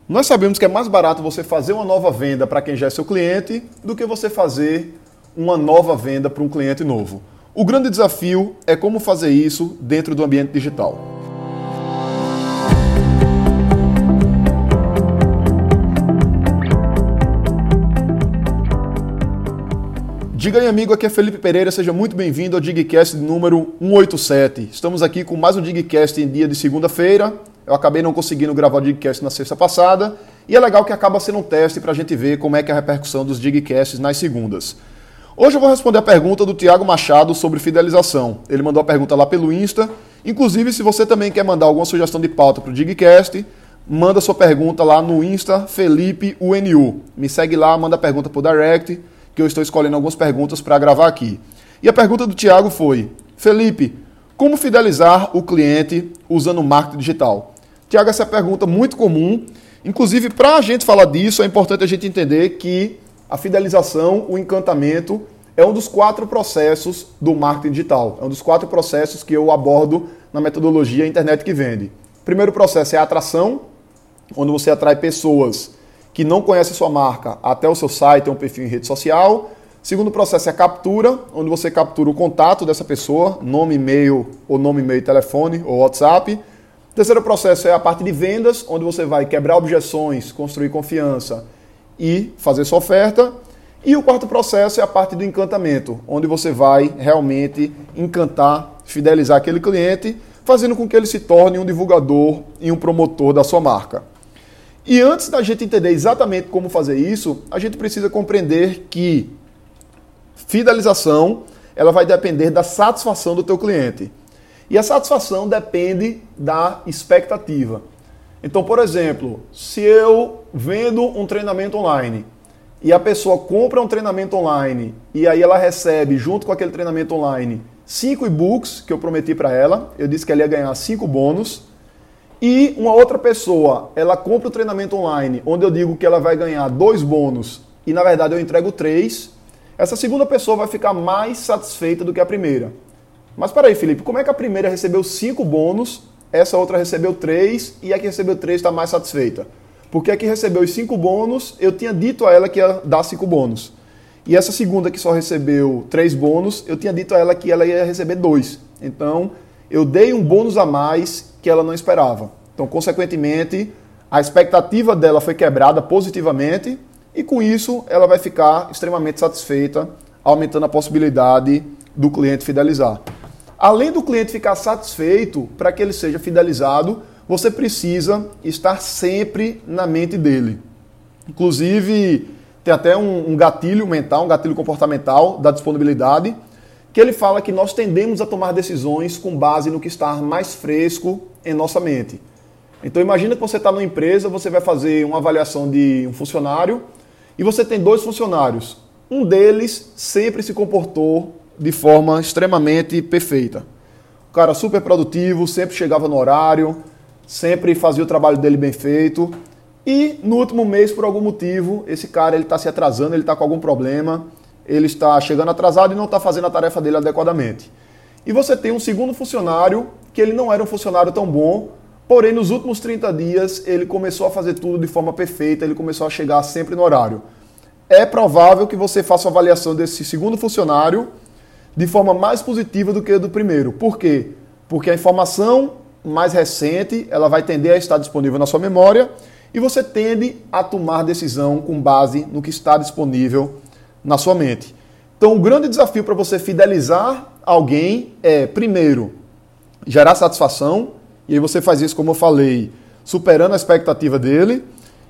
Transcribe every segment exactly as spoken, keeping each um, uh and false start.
Nós sabemos que é mais barato você fazer uma nova venda para quem já é seu cliente do que você fazer uma nova venda para um cliente novo. O grande desafio é como fazer isso dentro do ambiente digital. Diga aí, amigo, aqui é Felipe Pereira, seja muito bem-vindo ao Digcast número cento e oitenta e sete. Estamos aqui com mais um Digcast em dia de segunda-feira. Eu acabei não conseguindo gravar o Digcast na sexta passada e é legal que acaba sendo um teste para a gente ver como é que é a repercussão dos Digcasts nas segundas. Hoje eu vou responder a pergunta do Tiago Machado sobre fidelização. Ele mandou a pergunta lá pelo Insta. Inclusive, se você também quer mandar alguma sugestão de pauta para o Digcast, manda sua pergunta lá no Insta, Felipe U N U. Me segue lá, manda a pergunta por direct, que eu estou escolhendo algumas perguntas para gravar aqui. E a pergunta do Tiago foi: Felipe, como fidelizar o cliente usando marketing digital? Tiago, essa é uma pergunta muito comum. Inclusive, para a gente falar disso, é importante a gente entender que a fidelização, o encantamento, é um dos quatro processos do marketing digital. É um dos quatro processos que eu abordo na metodologia Internet que Vende. O primeiro processo é a atração, onde você atrai pessoas que não conhecem sua marca até o seu site ou um perfil em rede social. Segundo processo é a captura, onde você captura o contato dessa pessoa, nome, e-mail, ou nome, e-mail, telefone ou WhatsApp. Terceiro processo é a parte de vendas, onde você vai quebrar objeções, construir confiança e fazer sua oferta. E o quarto processo é a parte do encantamento, onde você vai realmente encantar, fidelizar aquele cliente, fazendo com que ele se torne um divulgador e um promotor da sua marca. E antes da gente entender exatamente como fazer isso, a gente precisa compreender que fidelização ela vai depender da satisfação do teu cliente. E a satisfação depende da expectativa. Então, por exemplo, se eu vendo um treinamento online e a pessoa compra um treinamento online e aí ela recebe, junto com aquele treinamento online, cinco e-books que eu prometi para ela, eu disse que ela ia ganhar cinco bônus, e uma outra pessoa, ela compra o treinamento online, onde eu digo que ela vai ganhar dois bônus e na verdade eu entrego três, essa segunda pessoa vai ficar mais satisfeita do que a primeira. Mas peraí, Felipe, como é que a primeira recebeu cinco bônus, essa outra recebeu três e a que recebeu três está mais satisfeita? Porque a que recebeu os cinco bônus, eu tinha dito a ela que ia dar cinco bônus. E essa segunda que só recebeu três bônus, eu tinha dito a ela que ela ia receber dois. Então, eu dei um bônus a mais que ela não esperava. Então, consequentemente, a expectativa dela foi quebrada positivamente e com isso ela vai ficar extremamente satisfeita, aumentando a possibilidade do cliente fidelizar. Além do cliente ficar satisfeito, para que ele seja fidelizado, você precisa estar sempre na mente dele. Inclusive, tem até um, um gatilho mental, um gatilho comportamental da disponibilidade, que ele fala que nós tendemos a tomar decisões com base no que está mais fresco em nossa mente. Então imagina que você está numa empresa, você vai fazer uma avaliação de um funcionário e você tem dois funcionários. Um deles sempre se comportou de forma extremamente perfeita. O cara super produtivo, sempre chegava no horário, sempre fazia o trabalho dele bem feito. E no último mês, por algum motivo, esse cara ele está se atrasando, ele está com algum problema, ele está chegando atrasado e não está fazendo a tarefa dele adequadamente. E você tem um segundo funcionário que ele não era um funcionário tão bom, porém nos últimos trinta dias ele começou a fazer tudo de forma perfeita, ele começou a chegar sempre no horário. É provável que você faça a avaliação desse segundo funcionário de forma mais positiva do que a do primeiro. Por quê? Porque a informação mais recente ela vai tender a estar disponível na sua memória e você tende a tomar decisão com base no que está disponível na sua mente. Então, o grande desafio para você fidelizar alguém é, primeiro, gerar satisfação, e aí você faz isso, como eu falei, superando a expectativa dele,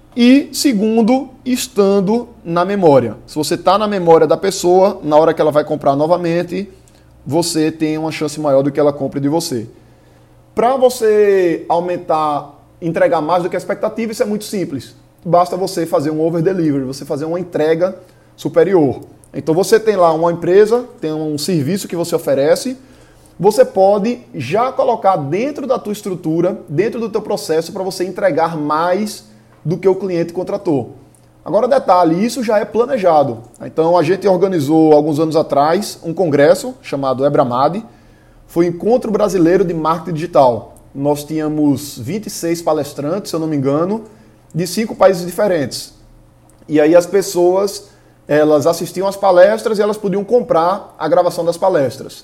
e segundo, estando na memória. Se você está na memória da pessoa, na hora que ela vai comprar novamente, você tem uma chance maior do que ela compre de você. Para você aumentar, entregar mais do que a expectativa, isso é muito simples. Basta você fazer um over-delivery, você fazer uma entrega superior. Então você tem lá uma empresa, tem um serviço que você oferece, você pode já colocar dentro da tua estrutura, dentro do teu processo, para você entregar mais do que o cliente contratou. Agora detalhe, isso já é planejado. Então a gente organizou alguns anos atrás um congresso chamado EBRAMAD, foi o Encontro Brasileiro de Marketing Digital. Nós tínhamos vinte e seis palestrantes, se eu não me engano, de cinco países diferentes. E aí as pessoas, elas assistiam às palestras e elas podiam comprar a gravação das palestras.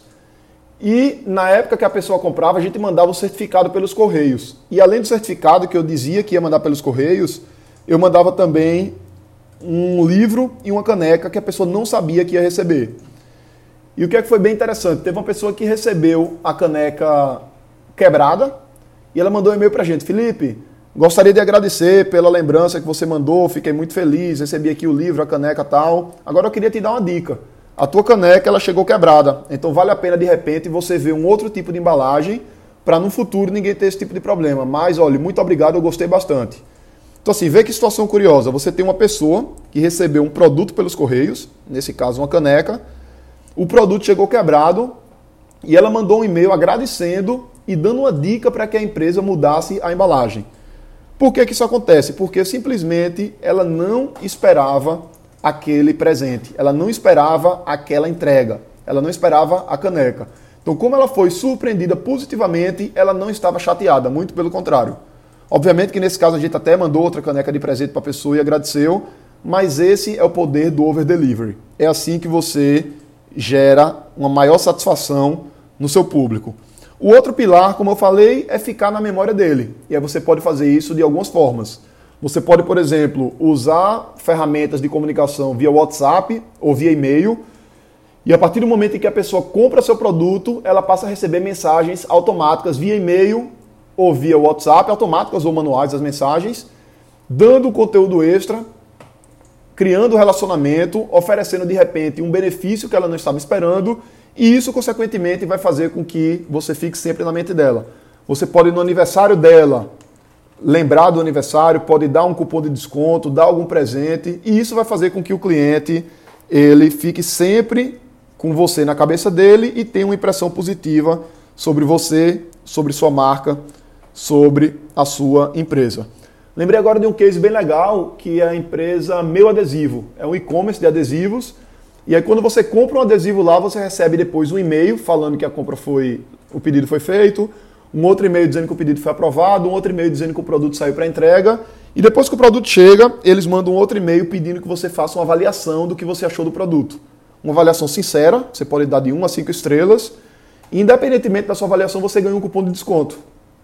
E na época que a pessoa comprava, a gente mandava o certificado pelos correios. E além do certificado que eu dizia que ia mandar pelos correios, eu mandava também um livro e uma caneca que a pessoa não sabia que ia receber. E o que é que foi bem interessante? Teve uma pessoa que recebeu a caneca quebrada e ela mandou um e-mail pra gente. Felipe, gostaria de agradecer pela lembrança que você mandou, fiquei muito feliz, recebi aqui o livro, a caneca e tal. Agora eu queria te dar uma dica. A tua caneca, ela chegou quebrada, então vale a pena de repente você ver um outro tipo de embalagem para no futuro ninguém ter esse tipo de problema. Mas, olha, muito obrigado, eu gostei bastante. Então assim, vê que situação curiosa. Você tem uma pessoa que recebeu um produto pelos correios, nesse caso uma caneca, o produto chegou quebrado e ela mandou um e-mail agradecendo e dando uma dica para que a empresa mudasse a embalagem. Por que que isso acontece? Porque simplesmente ela não esperava aquele presente, ela não esperava aquela entrega, ela não esperava a caneca. Então, como ela foi surpreendida positivamente, ela não estava chateada, muito pelo contrário. Obviamente que nesse caso a gente até mandou outra caneca de presente para a pessoa e agradeceu, mas esse é o poder do over-delivery. É assim que você gera uma maior satisfação no seu público. O outro pilar, como eu falei, é ficar na memória dele. E aí você pode fazer isso de algumas formas. Você pode, por exemplo, usar ferramentas de comunicação via WhatsApp ou via e-mail. E a partir do momento em que a pessoa compra seu produto, ela passa a receber mensagens automáticas via e-mail ou via WhatsApp, automáticas ou manuais as mensagens, dando conteúdo extra, criando relacionamento, oferecendo de repente um benefício que ela não estava esperando, e isso consequentemente vai fazer com que você fique sempre na mente dela. Você pode no aniversário dela lembrar do aniversário, pode dar um cupom de desconto, dar algum presente, e isso vai fazer com que o cliente ele fique sempre com você na cabeça dele e tenha uma impressão positiva sobre você, sobre sua marca, sobre a sua empresa. Lembrei agora de um case bem legal, que é a empresa Meu Adesivo. É um e-commerce de adesivos, e aí quando você compra um adesivo lá, você recebe depois um e-mail falando que a compra foi, o pedido foi feito, um outro e-mail dizendo que o pedido foi aprovado, um outro e-mail dizendo que o produto saiu para entrega, e depois que o produto chega, eles mandam um outro e-mail pedindo que você faça uma avaliação do que você achou do produto. Uma avaliação sincera, você pode dar de uma a cinco estrelas, e independentemente da sua avaliação, você ganha um cupom de desconto.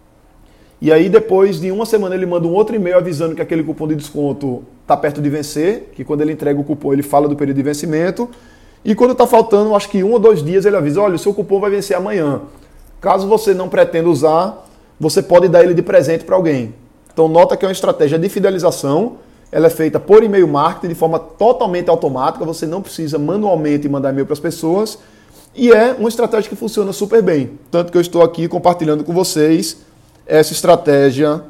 E aí depois de uma semana ele manda um outro e-mail avisando que aquele cupom de desconto está perto de vencer, que quando ele entrega o cupom ele fala do período de vencimento, e quando está faltando, acho que um ou dois dias, ele avisa, olha, o seu cupom vai vencer amanhã. Caso você não pretenda usar, você pode dar ele de presente para alguém. Então nota que é uma estratégia de fidelização, ela é feita por e-mail marketing de forma totalmente automática, você não precisa manualmente mandar e-mail para as pessoas, e é uma estratégia que funciona super bem. Tanto que eu estou aqui compartilhando com vocês essa estratégia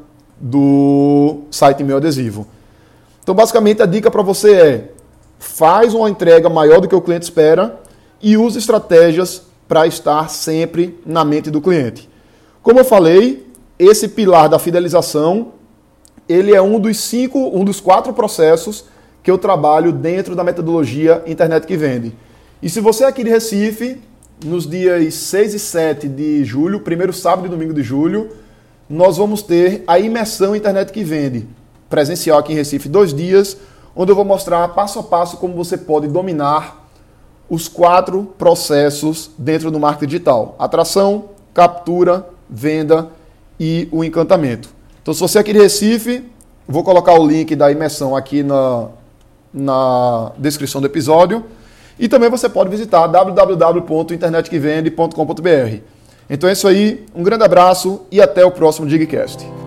do site Meu Adesivo. Então basicamente a dica para você é, faz uma entrega maior do que o cliente espera e use estratégias para estar sempre na mente do cliente. Como eu falei, esse pilar da fidelização, ele é um dos cinco, um dos quatro processos que eu trabalho dentro da metodologia Internet que Vende. E se você é aqui de Recife, nos dias seis e sete de julho, primeiro sábado e domingo de julho, nós vamos ter a imersão Internet que Vende, presencial aqui em Recife, dois dias, onde eu vou mostrar passo a passo como você pode dominar os quatro processos dentro do marketing digital: atração, captura, venda e o encantamento. Então, se você é aqui de Recife, vou colocar o link da imersão aqui na, na descrição do episódio. E também você pode visitar w w w ponto internet que vende ponto com ponto b r. Então é isso aí, um grande abraço e até o próximo Digcast.